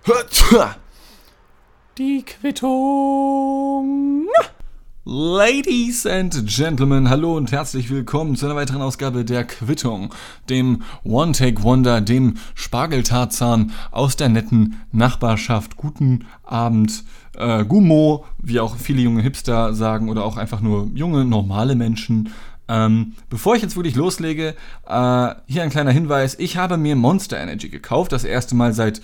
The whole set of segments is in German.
Die Quittung. Ladies and Gentlemen, hallo und herzlich willkommen zu einer weiteren Ausgabe der Quittung, dem One-Take-Wonder, dem Spargeltarzan aus der netten Nachbarschaft. Guten Abend, Gummo, wie auch viele junge Hipster sagen, oder auch einfach nur junge, normale Menschen. Bevor ich jetzt wirklich loslege, hier ein kleiner Hinweis. Ich habe mir Monster Energy gekauft, das erste Mal seit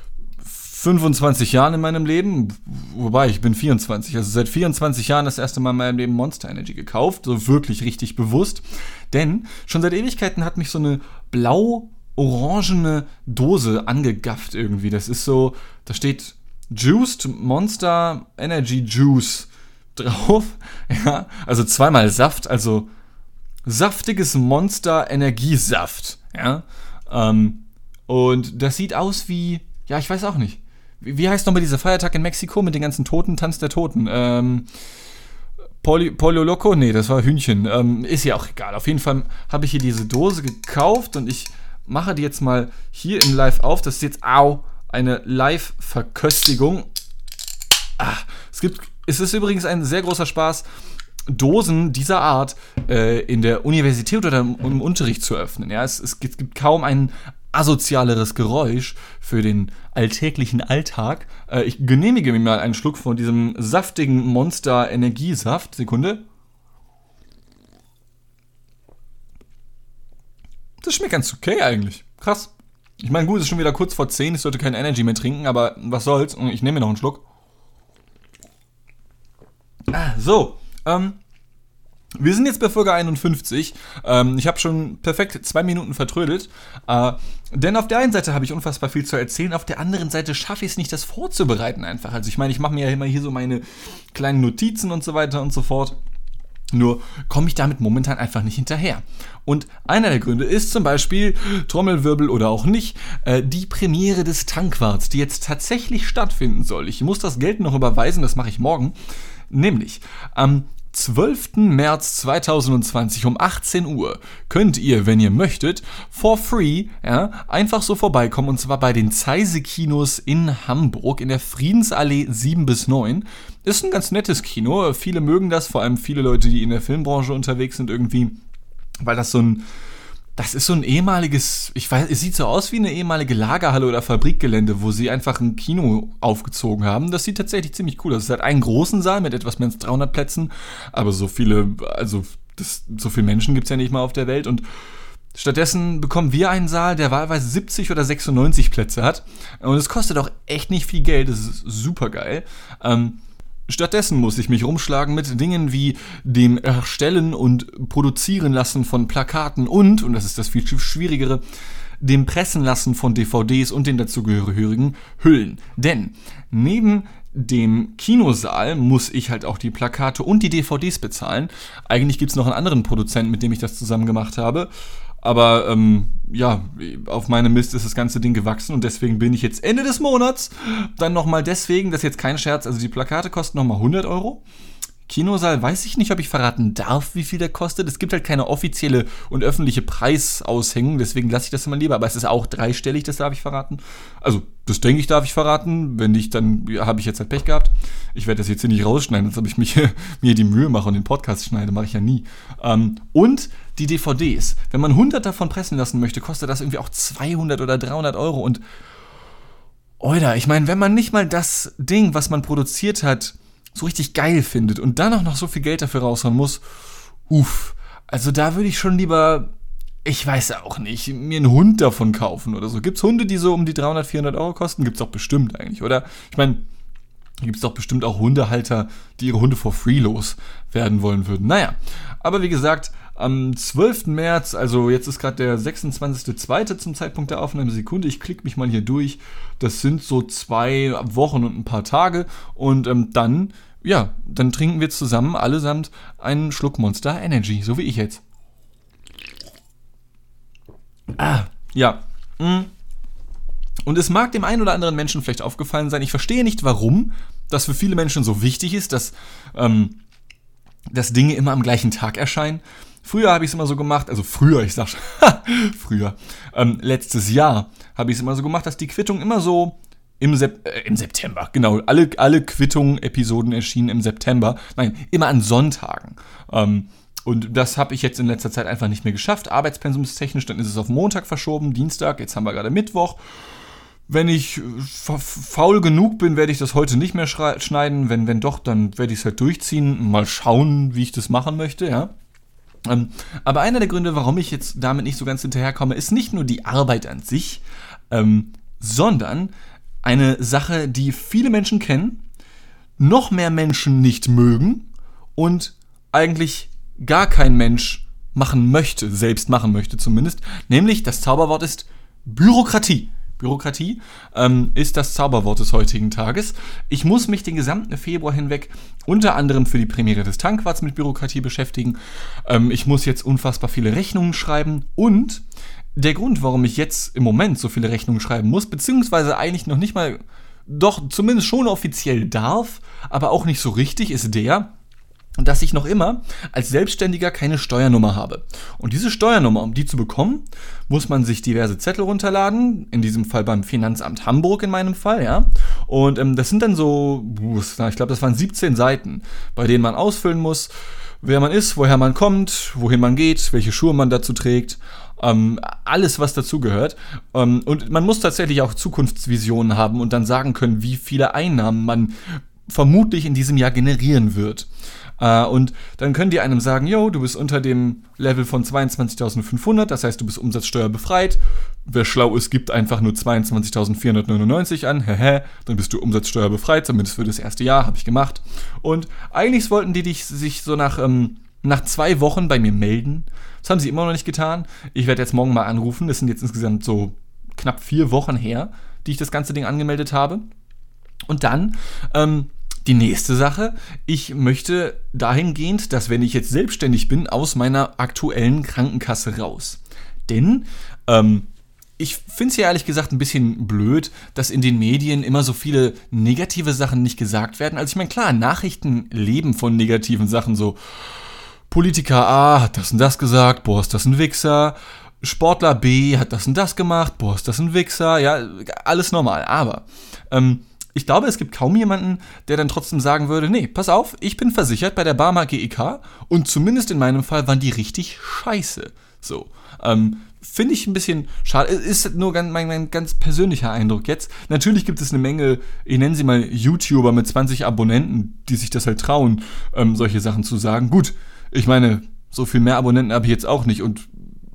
25 Jahren in meinem Leben, wobei ich bin 24, also seit 24 Jahren das erste Mal in meinem Leben Monster Energy gekauft, so wirklich richtig bewusst, denn schon seit Ewigkeiten hat mich so eine blau-orangene Dose angegafft irgendwie, das ist so, da steht Juiced Monster Energy Juice drauf, ja, also zweimal Saft, also saftiges Monster Energiesaft, ja, und das sieht aus wie, ja, ich weiß auch nicht. Wie heißt nochmal dieser Feiertag in Mexiko mit den ganzen Toten? Tanz der Toten. Pollo Loco? Nee, das war Hühnchen. Ist ja auch egal. Auf jeden Fall habe ich hier diese Dose gekauft und ich mache die jetzt mal hier im Live auf. Das ist jetzt, eine Live-Verköstigung. Es ist übrigens ein sehr großer Spaß, Dosen dieser Art in der Universität oder im Unterricht zu öffnen. Ja, es gibt kaum ein asozialeres Geräusch für den alltäglichen Alltag. Ich genehmige mir mal einen Schluck von diesem saftigen Monster-Energiesaft. Sekunde. Das schmeckt ganz okay eigentlich. Krass. Ich meine, gut, es ist schon wieder kurz vor 10, ich sollte kein Energy mehr trinken, aber was soll's. Ich nehme mir noch einen Schluck. Wir sind jetzt bei Folge 51. Ich habe schon perfekt 2 Minuten vertrödelt. Denn auf der einen Seite habe ich unfassbar viel zu erzählen, auf der anderen Seite schaffe ich es nicht, das vorzubereiten einfach. Also ich meine, ich mache mir ja immer hier so meine kleinen Notizen und so weiter und so fort. Nur komme ich damit momentan einfach nicht hinterher. Und einer der Gründe ist zum Beispiel, Trommelwirbel oder auch nicht, die Premiere des Tankwarts, die jetzt tatsächlich stattfinden soll. Ich muss das Geld noch überweisen, das mache ich morgen. Nämlich am 12. März 2020 um 18 Uhr könnt ihr, wenn ihr möchtet, for free, ja, einfach so vorbeikommen, und zwar bei den Zeise-Kinos in Hamburg in der Friedensallee 7-9. Ist ein ganz nettes Kino, viele mögen das, vor allem viele Leute, die in der Filmbranche unterwegs sind irgendwie, weil das ist so ein ehemaliges, ich weiß, es sieht so aus wie eine ehemalige Lagerhalle oder Fabrikgelände, wo sie einfach ein Kino aufgezogen haben. Das sieht tatsächlich ziemlich cool aus. Es hat einen großen Saal mit etwas mehr als 300 Plätzen, aber so viele Menschen gibt es ja nicht mal auf der Welt, und stattdessen bekommen wir einen Saal, der wahlweise 70 oder 96 Plätze hat, und es kostet auch echt nicht viel Geld, das ist super geil. Stattdessen muss ich mich rumschlagen mit Dingen wie dem Erstellen und Produzieren lassen von Plakaten und das ist das viel Schwierigere, dem Pressen lassen von DVDs und den dazugehörigen Hüllen. Denn neben dem Kinosaal muss ich halt auch die Plakate und die DVDs bezahlen. Eigentlich gibt es noch einen anderen Produzenten, mit dem ich das zusammen gemacht habe. Aber auf meinem Mist ist das ganze Ding gewachsen, und deswegen bin ich jetzt Ende des Monats dann nochmal deswegen, das ist jetzt kein Scherz, also die Plakate kosten nochmal 100 Euro. Kinosaal weiß ich nicht, ob ich verraten darf, wie viel der kostet. Es gibt halt keine offizielle und öffentliche Preisaushängung, deswegen lasse ich das immer lieber. Aber es ist auch dreistellig, das darf ich verraten. Also, das denke ich, darf ich verraten. Wenn nicht, dann habe ich jetzt halt Pech gehabt. Ich werde das jetzt hier nicht rausschneiden, als ob ich mir die Mühe mache und den Podcast schneide. Mache ich ja nie. Und die DVDs. Wenn man 100 davon pressen lassen möchte, kostet das irgendwie auch 200 oder 300 Euro. Und, Oida, ich meine, wenn man nicht mal das Ding, was man produziert hat, so richtig geil findet und dann auch noch so viel Geld dafür raushauen muss, also da würde ich schon lieber, ich weiß auch nicht, mir einen Hund davon kaufen oder so. Gibt's Hunde, die so um die 300, 400 Euro kosten? Gibt's doch bestimmt eigentlich, oder? Ich meine, gibt's doch bestimmt auch Hundehalter, die ihre Hunde for free loswerden wollen würden. Naja, aber wie gesagt, am 12. März, also jetzt ist gerade der 26.02. zum Zeitpunkt der Aufnahme, Sekunde, ich klicke mich mal hier durch, das sind so 2 Wochen und ein paar Tage, und dann trinken wir zusammen allesamt einen Schluck Monster Energy, so wie ich jetzt. Und es mag dem einen oder anderen Menschen vielleicht aufgefallen sein, ich verstehe nicht, warum das für viele Menschen so wichtig ist, dass Dinge immer am gleichen Tag erscheinen. Früher habe ich es immer so gemacht, letztes Jahr habe ich es immer so gemacht, dass die Quittung immer so im September, genau. Alle Quittung-Episoden erschienen im September. Nein, immer an Sonntagen. Und das habe ich jetzt in letzter Zeit einfach nicht mehr geschafft. Arbeitspensumstechnisch, dann ist es auf Montag verschoben, Dienstag, jetzt haben wir gerade Mittwoch. Wenn ich faul genug bin, werde ich das heute nicht mehr schneiden. Wenn doch, dann werde ich es halt durchziehen. Mal schauen, wie ich das machen möchte, ja. Aber einer der Gründe, warum ich jetzt damit nicht so ganz hinterherkomme, ist nicht nur die Arbeit an sich, sondern eine Sache, die viele Menschen kennen, noch mehr Menschen nicht mögen und eigentlich gar kein Mensch selbst machen möchte zumindest. Nämlich, das Zauberwort ist Bürokratie. Bürokratie ist das Zauberwort des heutigen Tages. Ich muss mich den gesamten Februar hinweg unter anderem für die Premiere des Tankwarts mit Bürokratie beschäftigen. Ich muss jetzt unfassbar viele Rechnungen schreiben und der Grund, warum ich jetzt im Moment so viele Rechnungen schreiben muss, beziehungsweise eigentlich noch nicht mal, doch zumindest schon offiziell darf, aber auch nicht so richtig, ist der, dass ich noch immer als Selbstständiger keine Steuernummer habe. Und diese Steuernummer, um die zu bekommen, muss man sich diverse Zettel runterladen, in diesem Fall beim Finanzamt Hamburg in meinem Fall, ja. Und das sind dann so, ich glaube, das waren 17 Seiten, bei denen man ausfüllen muss, wer man ist, woher man kommt, wohin man geht, welche Schuhe man dazu trägt, alles, was dazugehört. Und man muss tatsächlich auch Zukunftsvisionen haben und dann sagen können, wie viele Einnahmen man vermutlich in diesem Jahr generieren wird. Und dann können die einem sagen, yo, du bist unter dem Level von 22.500, das heißt, du bist umsatzsteuerbefreit. Wer schlau ist, gibt einfach nur 22.499 an, dann bist du umsatzsteuerbefreit, zumindest für das erste Jahr, habe ich gemacht. Und eigentlich wollten die sich so nach 2 Wochen bei mir melden. Das haben sie immer noch nicht getan. Ich werde jetzt morgen mal anrufen, das sind jetzt insgesamt so knapp 4 Wochen her, die ich das ganze Ding angemeldet habe. Und dann, die nächste Sache, ich möchte dahingehend, dass wenn ich jetzt selbstständig bin, aus meiner aktuellen Krankenkasse raus. Denn ich finde es ja ehrlich gesagt ein bisschen blöd, dass in den Medien immer so viele negative Sachen nicht gesagt werden. Also ich meine, klar, Nachrichten leben von negativen Sachen, so Politiker A hat das und das gesagt, boah, ist das ein Wichser. Sportler B hat das und das gemacht, boah, ist das ein Wichser. Ja, alles normal, aber ich glaube, es gibt kaum jemanden, der dann trotzdem sagen würde, nee, pass auf, ich bin versichert bei der Barmer GEK und zumindest in meinem Fall waren die richtig scheiße. So, finde ich ein bisschen schade. Ist nur mein ganz persönlicher Eindruck jetzt. Natürlich gibt es eine Menge, ich nenne sie mal YouTuber mit 20 Abonnenten, die sich das halt trauen, solche Sachen zu sagen. Gut, ich meine, so viel mehr Abonnenten habe ich jetzt auch nicht und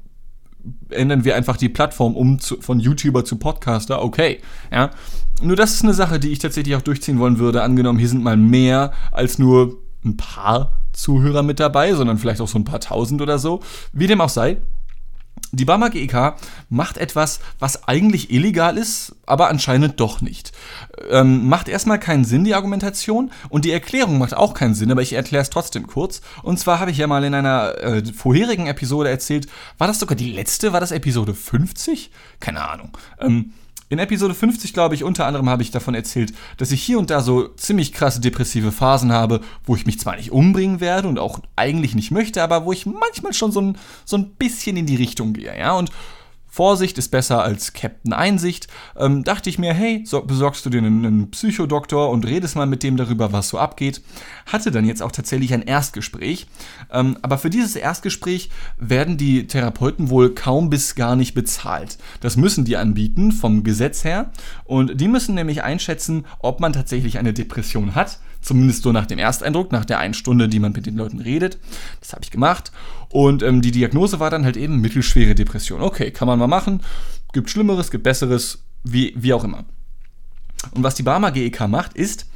ändern wir einfach die Plattform von YouTuber zu Podcaster, okay, ja. Nur das ist eine Sache, die ich tatsächlich auch durchziehen wollen würde. Angenommen, hier sind mal mehr als nur ein paar Zuhörer mit dabei, sondern vielleicht auch so ein paar tausend oder so. Wie dem auch sei, die Barmer GEK macht etwas, was eigentlich illegal ist, aber anscheinend doch nicht. Macht erstmal keinen Sinn, die Argumentation, und die Erklärung macht auch keinen Sinn, aber ich erkläre es trotzdem kurz. Und zwar habe ich ja mal in einer vorherigen Episode erzählt, war das sogar die letzte? War das Episode 50? Keine Ahnung. In Episode 50, glaube ich, unter anderem habe ich davon erzählt, dass ich hier und da so ziemlich krasse depressive Phasen habe, wo ich mich zwar nicht umbringen werde und auch eigentlich nicht möchte, aber wo ich manchmal schon so ein bisschen in die Richtung gehe, ja, und Vorsicht ist besser als Captain Einsicht, dachte ich mir, hey, besorgst du dir einen Psychodoktor und redest mal mit dem darüber, was so abgeht. Hatte dann jetzt auch tatsächlich ein Erstgespräch, aber für dieses Erstgespräch werden die Therapeuten wohl kaum bis gar nicht bezahlt. Das müssen die anbieten vom Gesetz her und die müssen nämlich einschätzen, ob man tatsächlich eine Depression hat. Zumindest so nach dem Ersteindruck, nach der 1 Stunde, die man mit den Leuten redet. Das habe ich gemacht. Und die Diagnose war dann halt eben mittelschwere Depression. Okay, kann man mal machen. Gibt Schlimmeres, gibt Besseres, wie auch immer. Und was die Barmer GEK macht, ist,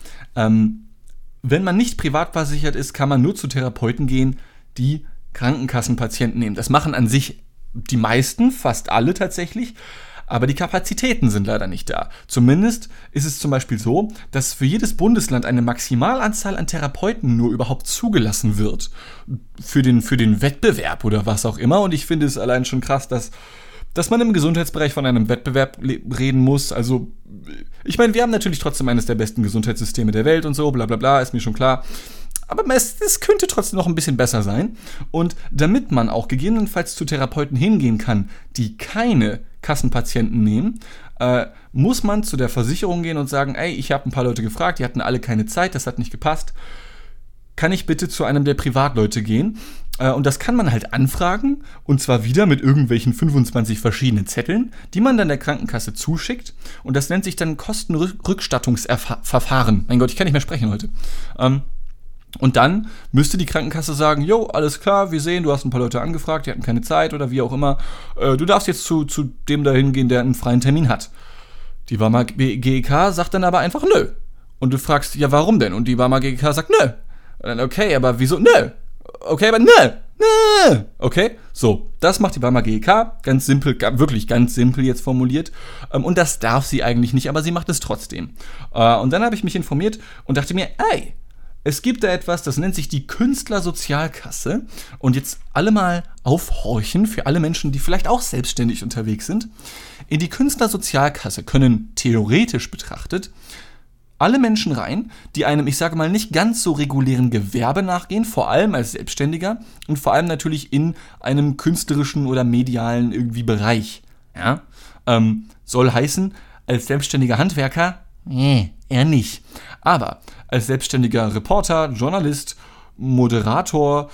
wenn man nicht privat versichert ist, kann man nur zu Therapeuten gehen, die Krankenkassenpatienten nehmen. Das machen an sich die meisten, fast alle tatsächlich. Aber die Kapazitäten sind leider nicht da. Zumindest ist es zum Beispiel so, dass für jedes Bundesland eine Maximalanzahl an Therapeuten nur überhaupt zugelassen wird. Für den Wettbewerb oder was auch immer. Und ich finde es allein schon krass, dass man im Gesundheitsbereich von einem Wettbewerb reden muss. Also, ich meine, wir haben natürlich trotzdem eines der besten Gesundheitssysteme der Welt und so, bla bla bla, ist mir schon klar. Aber es könnte trotzdem noch ein bisschen besser sein. Und damit man auch gegebenenfalls zu Therapeuten hingehen kann, die keine Kassenpatienten nehmen, muss man zu der Versicherung gehen und sagen, ey, ich habe ein paar Leute gefragt, die hatten alle keine Zeit, das hat nicht gepasst. Kann ich bitte zu einem der Privatleute gehen? Und das kann man halt anfragen, und zwar wieder mit irgendwelchen 25 verschiedenen Zetteln, die man dann der Krankenkasse zuschickt, und das nennt sich dann Kostenrückstattungsverfahren. Mein Gott, ich kann nicht mehr sprechen heute. Und dann müsste die Krankenkasse sagen, jo, alles klar, wir sehen, du hast ein paar Leute angefragt, die hatten keine Zeit oder wie auch immer. Du darfst jetzt zu dem dahin gehen, der einen freien Termin hat. Die Barmer GEK sagt dann aber einfach nö. Und du fragst, ja, warum denn? Und die Barmer GEK sagt nö. Und dann, okay, aber wieso? Nö. Okay, aber nö. Nö. Okay, so, das macht die Barmer GEK. Ganz simpel, wirklich ganz simpel jetzt formuliert. Und das darf sie eigentlich nicht, aber sie macht es trotzdem. Und dann habe ich mich informiert und dachte mir, ey, es gibt da etwas, das nennt sich die Künstlersozialkasse. Und jetzt alle mal aufhorchen für alle Menschen, die vielleicht auch selbstständig unterwegs sind. In die Künstlersozialkasse können theoretisch betrachtet alle Menschen rein, die einem, ich sage mal, nicht ganz so regulären Gewerbe nachgehen, vor allem als Selbstständiger und vor allem natürlich in einem künstlerischen oder medialen irgendwie Bereich. Ja? Soll heißen, als selbstständiger Handwerker, eher nicht. Aber als selbstständiger Reporter, Journalist, Moderator,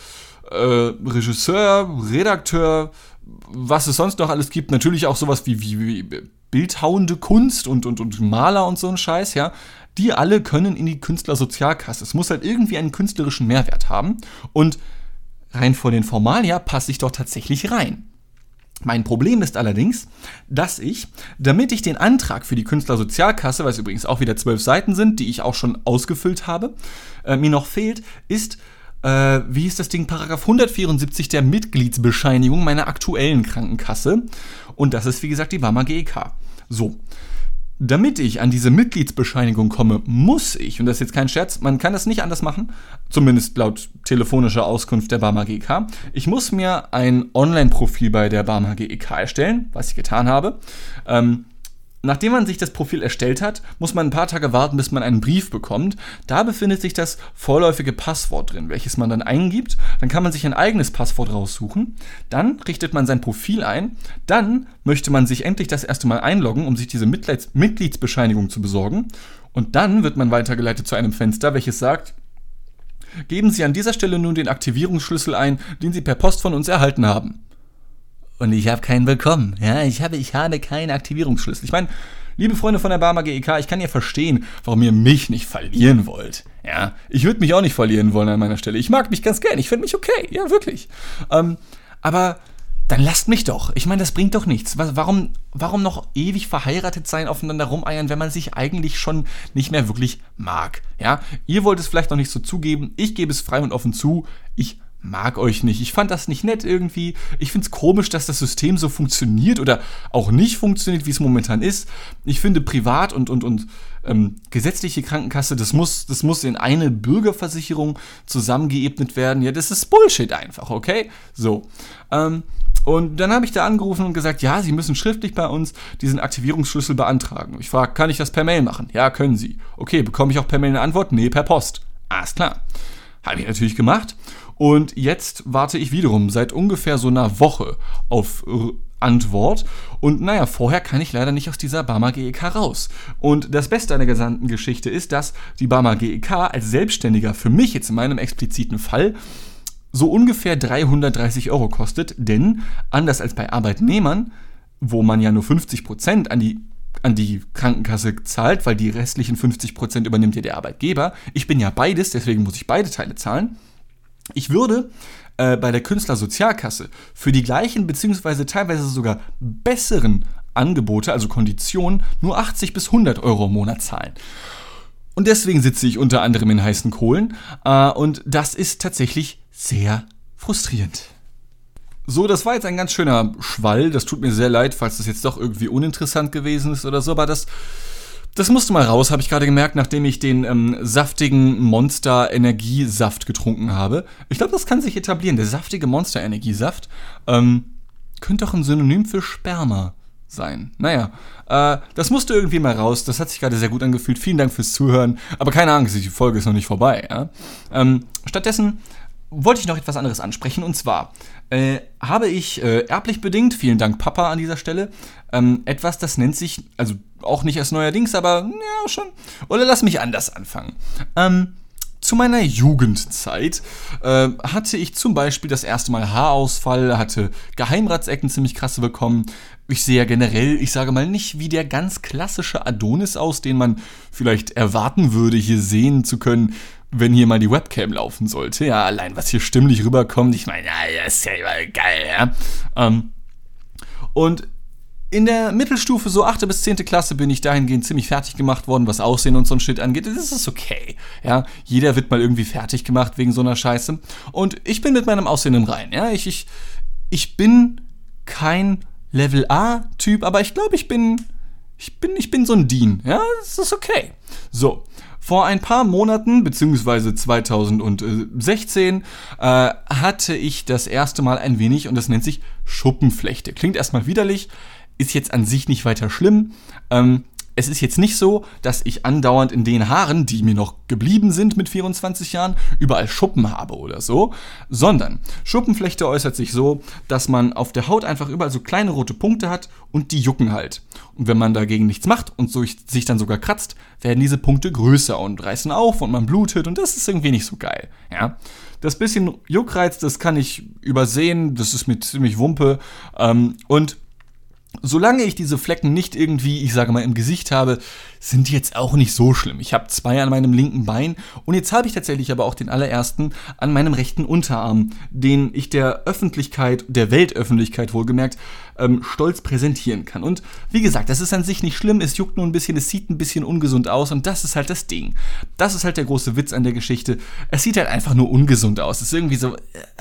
Regisseur, Redakteur, was es sonst noch alles gibt, natürlich auch sowas wie bildhauende Kunst und Maler und so ein Scheiß, ja, die alle können in die Künstlersozialkasse. Es muss halt irgendwie einen künstlerischen Mehrwert haben und rein von den Formalia passe ich doch tatsächlich rein. Mein Problem ist allerdings, dass ich, damit ich den Antrag für die Künstlersozialkasse, was übrigens auch wieder 12 Seiten sind, die ich auch schon ausgefüllt habe, mir noch fehlt, ist, wie hieß das Ding, Paragraph 174 der Mitgliedsbescheinigung meiner aktuellen Krankenkasse. Und das ist, wie gesagt, die Barmer GEK. So, damit ich an diese Mitgliedsbescheinigung komme, muss ich, und das ist jetzt kein Scherz, man kann das nicht anders machen, zumindest laut telefonischer Auskunft der Barmer GEK, ich muss mir ein Online-Profil bei der Barmer GEK erstellen, was ich getan habe. Nachdem man sich das Profil erstellt hat, muss man ein paar Tage warten, bis man einen Brief bekommt. Da befindet sich das vorläufige Passwort drin, welches man dann eingibt. Dann kann man sich ein eigenes Passwort raussuchen. Dann richtet man sein Profil ein. Dann möchte man sich endlich das erste Mal einloggen, um sich diese Mitgliedsbescheinigung zu besorgen. Und dann wird man weitergeleitet zu einem Fenster, welches sagt: Geben Sie an dieser Stelle nun den Aktivierungsschlüssel ein, den Sie per Post von uns erhalten haben. Und ich habe keinen bekommen. Ja, ich habe keinen Aktivierungsschlüssel. Ich meine, liebe Freunde von der Barmer GEK, ich kann ja verstehen, warum ihr mich nicht verlieren wollt. Ja, ich würde mich auch nicht verlieren wollen an meiner Stelle. Ich mag mich ganz gern. Ich finde mich okay. Ja, wirklich. Aber dann lasst mich doch. Ich meine, das bringt doch nichts. Warum noch ewig verheiratet sein, aufeinander rumeiern, wenn man sich eigentlich schon nicht mehr wirklich mag? Ja, ihr wollt es vielleicht noch nicht so zugeben. Ich gebe es frei und offen zu. Ich mag euch nicht. Ich fand das nicht nett irgendwie. Ich finde es komisch, dass das System so funktioniert oder auch nicht funktioniert, wie es momentan ist. Ich finde Privat- und gesetzliche Krankenkasse, das muss in eine Bürgerversicherung zusammengeebnet werden. Ja, das ist Bullshit einfach, okay? So. Und dann habe ich da angerufen und gesagt, ja, Sie müssen schriftlich bei uns diesen Aktivierungsschlüssel beantragen. Ich frage, kann ich das per Mail machen? Ja, können Sie. Okay, bekomme ich auch per Mail eine Antwort? Nee, per Post. Alles klar. Habe ich natürlich gemacht. Und jetzt warte ich wiederum seit ungefähr so einer Woche auf Antwort. Und naja, vorher kann ich leider nicht aus dieser Barmer GEK raus. Und das Beste an der gesamten Geschichte ist, dass die Barmer GEK als Selbstständiger für mich jetzt in meinem expliziten Fall so ungefähr 330 € kostet. Denn anders als bei Arbeitnehmern, wo man ja nur 50% an die Krankenkasse zahlt, weil die restlichen 50% übernimmt ja der Arbeitgeber. Ich bin ja beides, deswegen muss ich beide Teile zahlen. Ich würde bei der Künstlersozialkasse für die gleichen bzw. teilweise sogar besseren Angebote, also Konditionen, nur 80 bis 100 € im Monat zahlen. Und deswegen sitze ich unter anderem in heißen Kohlen und das ist tatsächlich sehr frustrierend. So, das war jetzt ein ganz schöner Schwall. Das tut mir sehr leid, falls das jetzt doch irgendwie uninteressant gewesen ist oder so, aber das musste mal raus, habe ich gerade gemerkt, nachdem ich den saftigen Monster-Energiesaft getrunken habe. Ich glaube, das kann sich etablieren. Der saftige Monster-Energiesaft könnte auch ein Synonym für Sperma sein. Naja, das musste irgendwie mal raus. Das hat sich gerade sehr gut angefühlt. Vielen Dank fürs Zuhören. Aber keine Angst, die Folge ist noch nicht vorbei. Ja? Stattdessen wollte ich noch etwas anderes ansprechen. Und zwar habe ich erblich bedingt, vielen Dank Papa an dieser Stelle, etwas, das nennt sich, also auch nicht erst neuerdings, aber ja schon, oder lass mich anders anfangen. Zu meiner Jugendzeit hatte ich zum Beispiel das erste Mal Haarausfall, hatte Geheimratsecken ziemlich krasse bekommen. Ich sehe ja generell, ich sage mal, nicht wie der ganz klassische Adonis aus, den man vielleicht erwarten würde, hier sehen zu können, wenn hier mal die Webcam laufen sollte. Ja, allein was hier stimmlich rüberkommt, ich meine, ja, das ist ja immer geil, ja. Und in der Mittelstufe, so 8. bis 10. Klasse, bin ich dahingehend ziemlich fertig gemacht worden, was Aussehen und so ein Shit angeht. Das ist okay. Ja, jeder wird mal irgendwie fertig gemacht wegen so einer Scheiße. Und ich bin mit meinem Aussehen im Reinen. Ja, ich bin kein Level A-Typ, aber ich glaube, ich bin so ein Dean. Ja, das ist okay. So. Vor ein paar Monaten, beziehungsweise 2016, hatte ich das erste Mal ein wenig, und das nennt sich Schuppenflechte. Klingt erstmal widerlich, ist jetzt an sich nicht weiter schlimm. Es ist jetzt nicht so, dass ich andauernd in den Haaren, die mir noch geblieben sind mit 24 Jahren, überall Schuppen habe oder so, sondern Schuppenflechte äußert sich so, dass man auf der Haut einfach überall so kleine rote Punkte hat und die jucken halt. Und wenn man dagegen nichts macht und sich dann sogar kratzt, werden diese Punkte größer und reißen auf und man blutet und das ist irgendwie nicht so geil. Ja? Das bisschen Juckreiz, das kann ich übersehen, das ist mir ziemlich Wumpe und solange ich diese Flecken nicht irgendwie, ich sage mal, im Gesicht habe, sind die jetzt auch nicht so schlimm. Ich habe 2 an meinem linken Bein und jetzt habe ich tatsächlich aber auch den allerersten an meinem rechten Unterarm, den ich der Öffentlichkeit, der Weltöffentlichkeit wohlgemerkt, stolz präsentieren kann. Und wie gesagt, das ist an sich nicht schlimm, es juckt nur ein bisschen, es sieht ein bisschen ungesund aus und das ist halt das Ding. Das ist halt der große Witz an der Geschichte. Es sieht halt einfach nur ungesund aus. Es ist irgendwie so,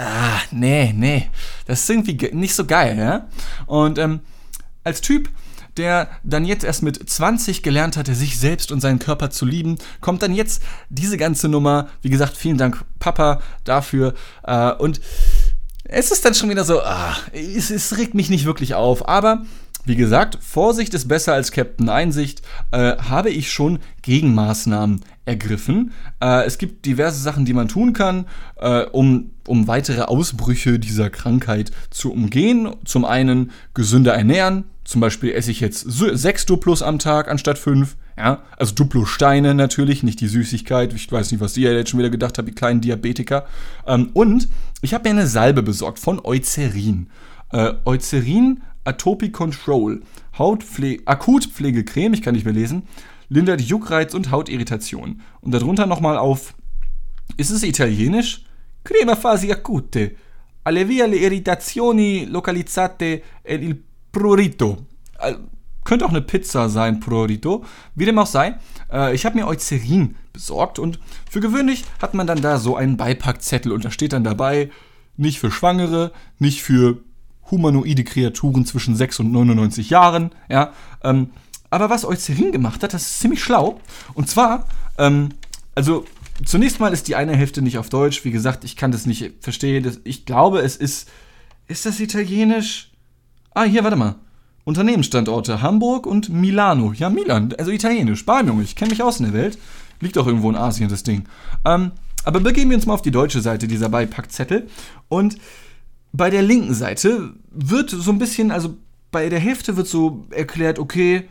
nee, das ist irgendwie nicht so geil, ja? Und, als Typ, der dann jetzt erst mit 20 gelernt hatte, sich selbst und seinen Körper zu lieben, kommt dann jetzt diese ganze Nummer. Wie gesagt, vielen Dank, Papa, dafür. Und es ist dann schon wieder so, es regt mich nicht wirklich auf. Aber, wie gesagt, Vorsicht ist besser als Captain Einsicht, habe ich schon Gegenmaßnahmen ergriffen. Es gibt diverse Sachen, die man tun kann, um weitere Ausbrüche dieser Krankheit zu umgehen. Zum einen gesünder ernähren. Zum Beispiel esse ich jetzt 6 Duplos am Tag anstatt 5. Ja? Also Duplo-Steine natürlich, nicht die Süßigkeit. Ich weiß nicht, was ihr jetzt schon wieder gedacht habt, die kleinen Diabetiker. Und ich habe mir eine Salbe besorgt von Eucerin. Eucerin Atopy Control. Akutpflegecreme, ich kann nicht mehr lesen. Lindert Juckreiz und Hautirritation. Und darunter nochmal auf, ist es italienisch? Crema fasi acute. Allevia le irritazioni localizzate e il prurito. Könnte auch eine Pizza sein, Prurito. Wie dem auch sei. Ich habe mir Eucerin besorgt und für gewöhnlich hat man dann da so einen Beipackzettel und da steht dann dabei, nicht für Schwangere, nicht für humanoide Kreaturen zwischen 6 und 99 Jahren. Ja, aber was Eucerin gemacht hat, das ist ziemlich schlau. Und zwar, also zunächst mal ist die eine Hälfte nicht auf Deutsch. Wie gesagt, ich kann das nicht verstehen. Ich glaube, es ist das italienisch? Hier, warte mal. Unternehmensstandorte Hamburg und Milano. Ja, Milan, also italienisch. Bam, Junge, ich kenne mich aus in der Welt. Liegt auch irgendwo in Asien, das Ding. Aber begeben wir uns mal auf die deutsche Seite dieser Beipackzettel. Und bei der linken Seite wird so ein bisschen, also bei der Hälfte wird so erklärt, okay,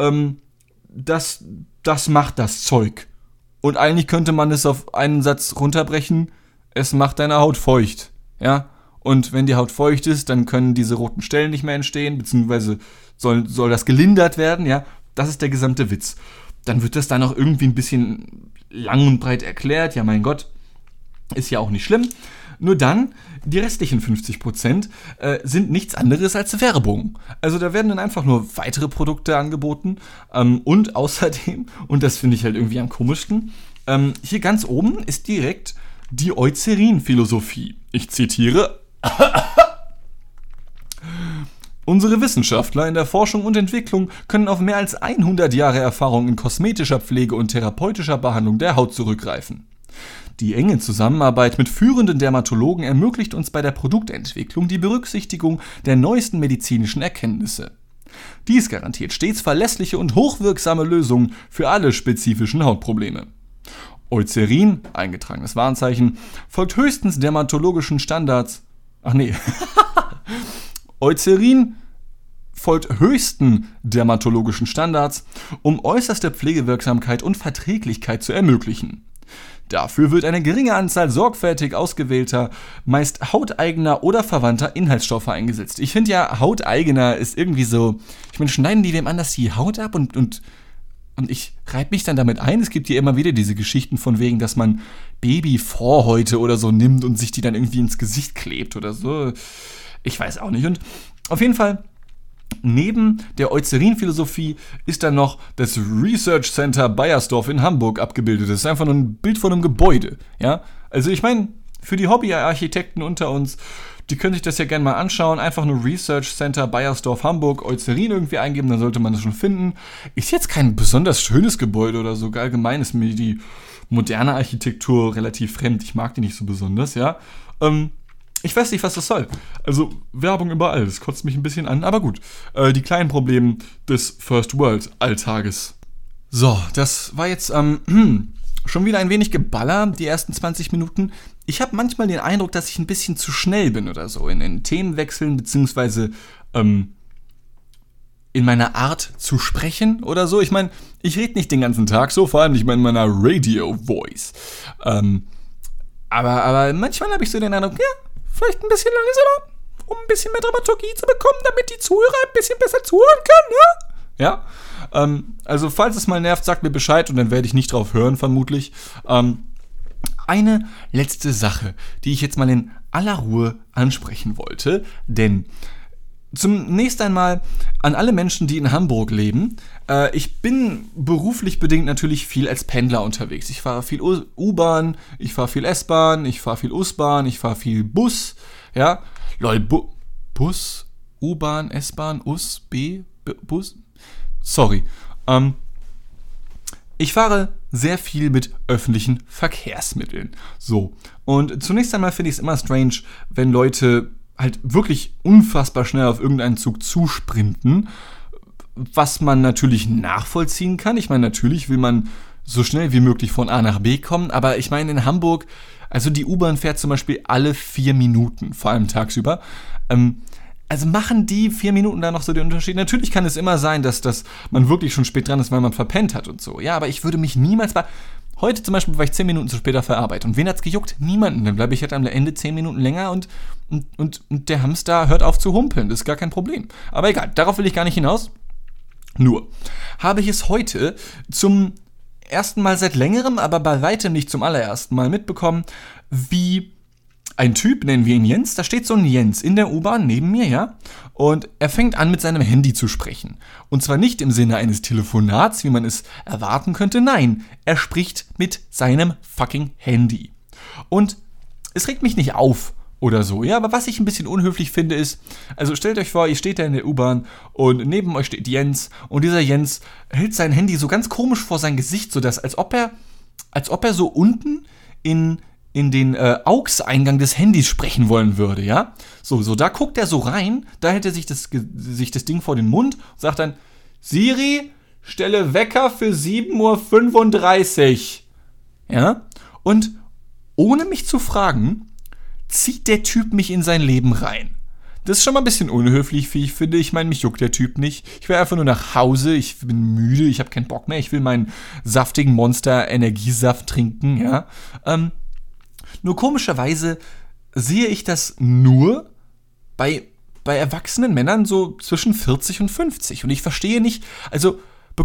das macht das Zeug. Und eigentlich könnte man es auf einen Satz runterbrechen, es macht deine Haut feucht. Ja? Und wenn die Haut feucht ist, dann können diese roten Stellen nicht mehr entstehen, beziehungsweise soll das gelindert werden, ja. Das ist der gesamte Witz. Dann wird das dann auch irgendwie ein bisschen lang und breit erklärt, ja mein Gott, ist ja auch nicht schlimm. Nur dann, die restlichen 50% sind nichts anderes als Werbung. Also da werden dann einfach nur weitere Produkte angeboten und außerdem, und das finde ich halt irgendwie am komischsten, hier ganz oben ist direkt die Eucerin-Philosophie. Ich zitiere: Unsere Wissenschaftler in der Forschung und Entwicklung können auf mehr als 100 Jahre Erfahrung in kosmetischer Pflege und therapeutischer Behandlung der Haut zurückgreifen. Die enge Zusammenarbeit mit führenden Dermatologen ermöglicht uns bei der Produktentwicklung die Berücksichtigung der neuesten medizinischen Erkenntnisse. Dies garantiert stets verlässliche und hochwirksame Lösungen für alle spezifischen Hautprobleme. Eucerin, eingetragenes Warnzeichen, folgt höchstens dermatologischen Standards. Eucerin folgt höchsten dermatologischen Standards, um äußerste Pflegewirksamkeit und Verträglichkeit zu ermöglichen. Dafür wird eine geringe Anzahl sorgfältig ausgewählter, meist hauteigener oder verwandter Inhaltsstoffe eingesetzt. Ich finde ja, hauteigener ist irgendwie so, ich meine, schneiden die dem anders die Haut ab und ich reibe mich dann damit ein. Es gibt hier immer wieder diese Geschichten von wegen, dass man Babyvorhäute oder so nimmt und sich die dann irgendwie ins Gesicht klebt oder so. Ich weiß auch nicht. Und auf jeden Fall, neben der Eucerin-Philosophie ist dann noch das Research Center Baiersdorf in Hamburg abgebildet. Das ist einfach nur ein Bild von einem Gebäude. Ja? Also ich meine, für die Hobbyarchitekten unter uns, die können sich das ja gerne mal anschauen. Einfach nur Research Center Baiersdorf Hamburg, Eucerin irgendwie eingeben, dann sollte man das schon finden. Ist jetzt kein besonders schönes Gebäude oder so. Allgemein ist mir die moderne Architektur relativ fremd. Ich mag die nicht so besonders, ja. Ich weiß nicht, was das soll. Also Werbung überall, das kotzt mich ein bisschen an, aber gut. Die kleinen Probleme des First World Alltages. So, das war jetzt schon wieder ein wenig Geballer, die ersten 20 Minuten. Ich habe manchmal den Eindruck, dass ich ein bisschen zu schnell bin oder so in Themenwechseln, beziehungsweise in meiner Art zu sprechen oder so. Ich meine, ich rede nicht den ganzen Tag so, vor allem nicht mal in meiner Radio-Voice. Aber manchmal habe ich so den Eindruck, ja, vielleicht ein bisschen langsamer, um ein bisschen mehr Dramaturgie zu bekommen, damit die Zuhörer ein bisschen besser zuhören können, ne? Ja? Also falls es mal nervt, sagt mir Bescheid und dann werde ich nicht drauf hören, vermutlich. Eine letzte Sache, die ich jetzt mal in aller Ruhe ansprechen wollte, denn zunächst einmal an alle Menschen, die in Hamburg leben. Ich bin beruflich bedingt natürlich viel als Pendler unterwegs. Ich fahre viel U-Bahn, ich fahre viel S-Bahn, ich fahre viel US-Bahn, ich fahre viel Bus. Ja, Bus, U-Bahn, S-Bahn, Bus. Sorry. Ich fahre sehr viel mit öffentlichen Verkehrsmitteln. So, und zunächst einmal finde ich es immer strange, wenn Leute halt wirklich unfassbar schnell auf irgendeinen Zug zusprinten, was man natürlich nachvollziehen kann. Ich meine, natürlich will man so schnell wie möglich von A nach B kommen, aber ich meine, in Hamburg, also die U-Bahn fährt zum Beispiel alle 4 Minuten, vor allem tagsüber. Also machen die 4 Minuten da noch so den Unterschied? Natürlich kann es immer sein, dass man wirklich schon spät dran ist, weil man verpennt hat und so. Ja, aber ich würde mich niemals heute zum Beispiel war ich 10 Minuten zu spät auf der Arbeit. Und wen hat's gejuckt? Niemanden. Dann bleibe ich halt am Ende 10 Minuten länger und der Hamster hört auf zu humpeln. Das ist gar kein Problem. Aber egal, darauf will ich gar nicht hinaus. Nur habe ich es heute zum ersten Mal seit längerem, aber bei weitem nicht zum allerersten Mal mitbekommen, wie ein Typ, nennen wir ihn Jens, da steht so ein Jens in der U-Bahn neben mir, ja, und er fängt an, mit seinem Handy zu sprechen. Und zwar nicht im Sinne eines Telefonats, wie man es erwarten könnte, nein, er spricht mit seinem fucking Handy. Und es regt mich nicht auf oder so, ja, aber was ich ein bisschen unhöflich finde ist, also stellt euch vor, ihr steht da in der U-Bahn und neben euch steht Jens und dieser Jens hält sein Handy so ganz komisch vor sein Gesicht, sodass, als ob er so unten in den AUX-Eingang des Handys sprechen wollen würde, ja? So, da guckt er so rein, da hält er sich das Ding vor den Mund und sagt dann, Siri, stelle Wecker für 7:35 Uhr. Ja? Und ohne mich zu fragen, zieht der Typ mich in sein Leben rein. Das ist schon mal ein bisschen unhöflich, wie ich finde. Ich meine, mich juckt der Typ nicht. Ich will einfach nur nach Hause, ich bin müde, ich habe keinen Bock mehr, ich will meinen saftigen Monster-Energiesaft trinken, ja? Nur komischerweise sehe ich das nur bei erwachsenen Männern so zwischen 40 und 50. Und ich verstehe nicht, also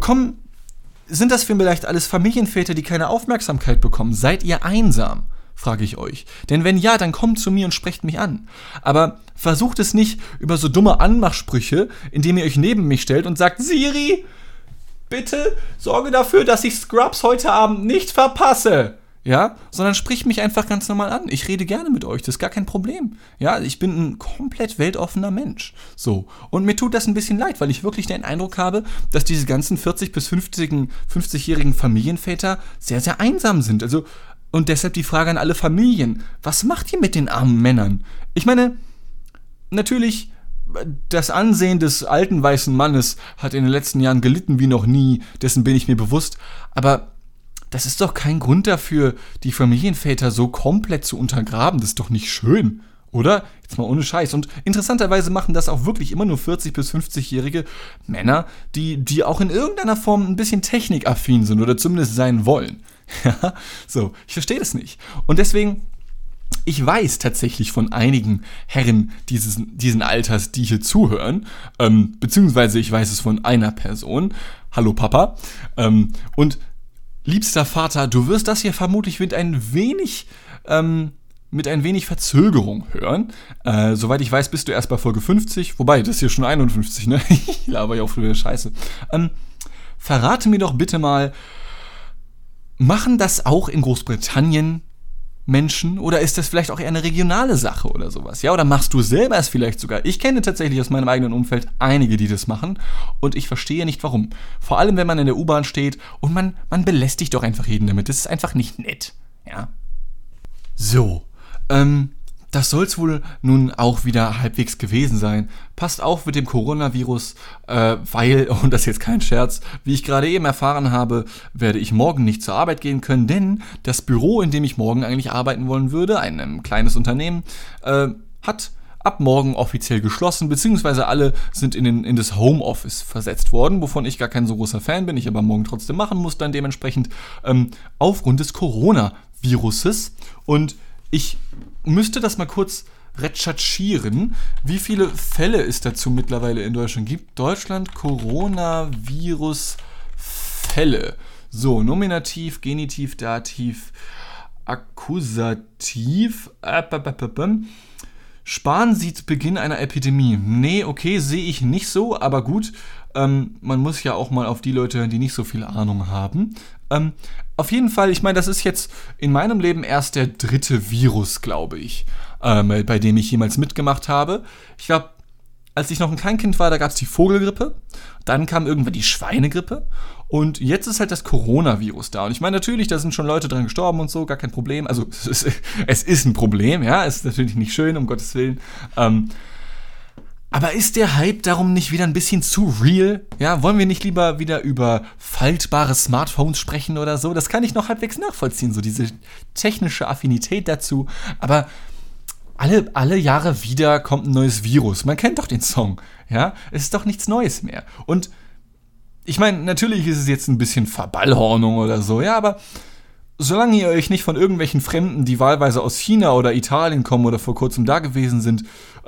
sind das vielleicht alles Familienväter, die keine Aufmerksamkeit bekommen? Seid ihr einsam? Frage ich euch. Denn wenn ja, dann kommt zu mir und sprecht mich an. Aber versucht es nicht über so dumme Anmachsprüche, indem ihr euch neben mich stellt und sagt, Siri, bitte sorge dafür, dass ich Scrubs heute Abend nicht verpasse. Ja, sondern sprich mich einfach ganz normal an. Ich rede gerne mit euch, das ist gar kein Problem. Ja, ich bin ein komplett weltoffener Mensch. So, und mir tut das ein bisschen leid, weil ich wirklich den Eindruck habe, dass diese ganzen 40- bis 50-jährigen Familienväter sehr, sehr einsam sind. Also, und deshalb die Frage an alle Familien, was macht ihr mit den armen Männern? Ich meine, natürlich, das Ansehen des alten weißen Mannes hat in den letzten Jahren gelitten wie noch nie, dessen bin ich mir bewusst, aber das ist doch kein Grund dafür, die Familienväter so komplett zu untergraben. Das ist doch nicht schön, Oder? Jetzt mal ohne Scheiß. Und interessanterweise machen das auch wirklich immer nur 40- bis 50-jährige Männer, die auch in irgendeiner Form ein bisschen technikaffin sind oder zumindest sein wollen. Ja, so, ich verstehe das nicht. Und deswegen, ich weiß tatsächlich von einigen Herren diesen Alters, die hier zuhören, beziehungsweise ich weiß es von einer Person. Hallo Papa. Und liebster Vater, du wirst das hier vermutlich mit ein wenig Verzögerung hören. Soweit ich weiß, bist du erst bei Folge 50, wobei, das ist hier schon 51, ne? Ich laber ja auch wieder Scheiße. Verrate mir doch bitte mal, machen das auch in Großbritannien Menschen oder ist das vielleicht auch eher eine regionale Sache oder sowas? Ja, oder machst du selber es vielleicht sogar? Ich kenne tatsächlich aus meinem eigenen Umfeld einige, die das machen und ich verstehe nicht warum. Vor allem, wenn man in der U-Bahn steht und man belästigt doch einfach jeden damit. Das ist einfach nicht nett. Ja. So, das soll es wohl nun auch wieder halbwegs gewesen sein. Passt auf mit dem Coronavirus, weil, und das ist jetzt kein Scherz, wie ich gerade eben erfahren habe, werde ich morgen nicht zur Arbeit gehen können, denn das Büro, in dem ich morgen eigentlich arbeiten wollen würde, ein kleines Unternehmen, hat ab morgen offiziell geschlossen, beziehungsweise alle sind in das Homeoffice versetzt worden, wovon ich gar kein so großer Fan bin, ich aber morgen trotzdem machen muss, dann dementsprechend aufgrund des Coronaviruses. Und ich müsste das mal kurz recherchieren, wie viele Fälle es dazu mittlerweile in Deutschland gibt. Deutschland Coronavirus-Fälle. So, Nominativ, Genitiv, Dativ, Akkusativ. Spahn sieht Beginn einer Epidemie. Nee, okay, sehe ich nicht so, aber gut. Man muss ja auch mal auf die Leute hören, die nicht so viel Ahnung haben. Auf jeden Fall, ich meine, das ist jetzt in meinem Leben erst der 3. Virus, glaube ich, bei dem ich jemals mitgemacht habe. Ich glaube, als ich noch ein Kleinkind war, da gab es die Vogelgrippe, dann kam irgendwann die Schweinegrippe und jetzt ist halt das Coronavirus da. Und ich meine, natürlich, da sind schon Leute dran gestorben und so, gar kein Problem. Also es ist ein Problem, ja, es ist natürlich nicht schön, um Gottes Willen. Aber ist der Hype darum nicht wieder ein bisschen zu real? Ja, wollen wir nicht lieber wieder über faltbare Smartphones sprechen oder so? Das kann ich noch halbwegs nachvollziehen, so diese technische Affinität dazu. Aber alle Jahre wieder kommt ein neues Virus. Man kennt doch den Song, ja? Es ist doch nichts Neues mehr. Und ich meine, natürlich ist es jetzt ein bisschen Verballhornung oder so, ja, aber solange ihr euch nicht von irgendwelchen Fremden, die wahlweise aus China oder Italien kommen oder vor kurzem da gewesen sind,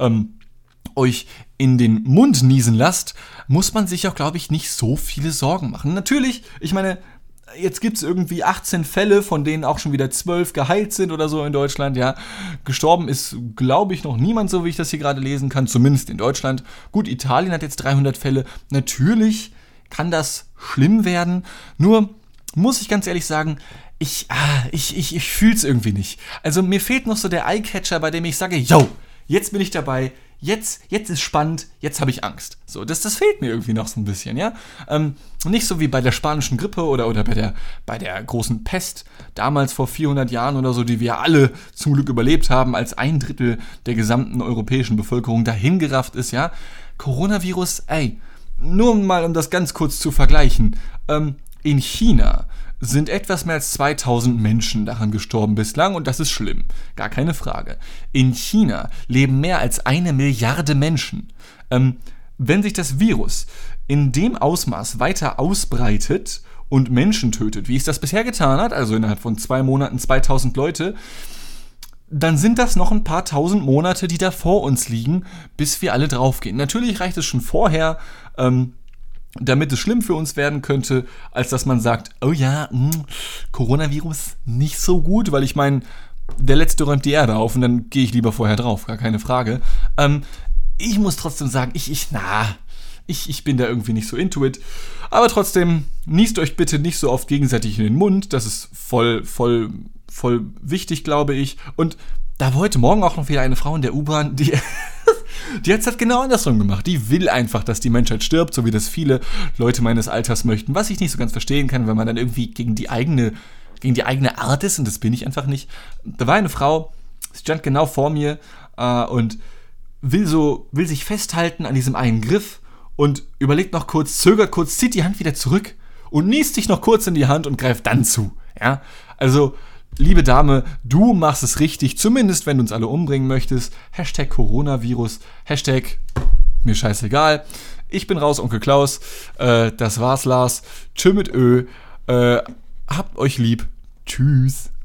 euch in den Mund niesen lasst, muss man sich auch, glaube ich, nicht so viele Sorgen machen. Natürlich, ich meine, jetzt gibt es irgendwie 18 Fälle, von denen auch schon wieder 12 geheilt sind oder so in Deutschland, ja. Gestorben ist, glaube ich, noch niemand, so wie ich das hier gerade lesen kann, zumindest in Deutschland. Gut, Italien hat jetzt 300 Fälle. Natürlich kann das schlimm werden, nur muss ich ganz ehrlich sagen, ich fühle es irgendwie nicht. Also mir fehlt noch so der Eyecatcher, bei dem ich sage, yo, jetzt bin ich dabei, jetzt ist spannend, jetzt habe ich Angst. So, das fehlt mir irgendwie noch so ein bisschen, ja. Nicht so wie bei der spanischen Grippe oder bei der großen Pest, damals vor 400 Jahren oder so, die wir alle zum Glück überlebt haben, als 1/3 der gesamten europäischen Bevölkerung dahingerafft ist, ja. Coronavirus, nur mal um das ganz kurz zu vergleichen, in China sind etwas mehr als 2000 Menschen daran gestorben bislang und das ist schlimm, gar keine Frage. In China leben mehr als 1 Milliarde Menschen. Wenn sich das Virus in dem Ausmaß weiter ausbreitet und Menschen tötet, wie es das bisher getan hat, also innerhalb von 2 Monaten 2000 Leute, dann sind das noch ein paar tausend Monate, die da vor uns liegen, bis wir alle draufgehen. Natürlich reicht es schon vorher, damit es schlimm für uns werden könnte, als dass man sagt, oh ja, Coronavirus nicht so gut, weil ich meine, der Letzte räumt die Erde auf und dann gehe ich lieber vorher drauf, gar keine Frage. Ich muss trotzdem sagen, ich bin da irgendwie nicht so into it, aber trotzdem, niest euch bitte nicht so oft gegenseitig in den Mund, das ist voll wichtig, glaube ich. Und da war heute Morgen auch noch wieder eine Frau in der U-Bahn, die hat es halt genau andersrum gemacht. Die will einfach, dass die Menschheit stirbt, so wie das viele Leute meines Alters möchten, was ich nicht so ganz verstehen kann, wenn man dann irgendwie gegen die eigene Art ist, und das bin ich einfach nicht. Da war eine Frau, sie stand genau vor mir und will sich festhalten an diesem einen Griff und überlegt noch kurz, zögert kurz, zieht die Hand wieder zurück und niest sich noch kurz in die Hand und greift dann zu. Ja, also liebe Dame, du machst es richtig, zumindest wenn du uns alle umbringen möchtest. Hashtag Coronavirus, Hashtag mir scheißegal. Ich bin raus, Onkel Klaus. Das war's, Lars. Tschö mit Ö. Habt euch lieb. Tschüss.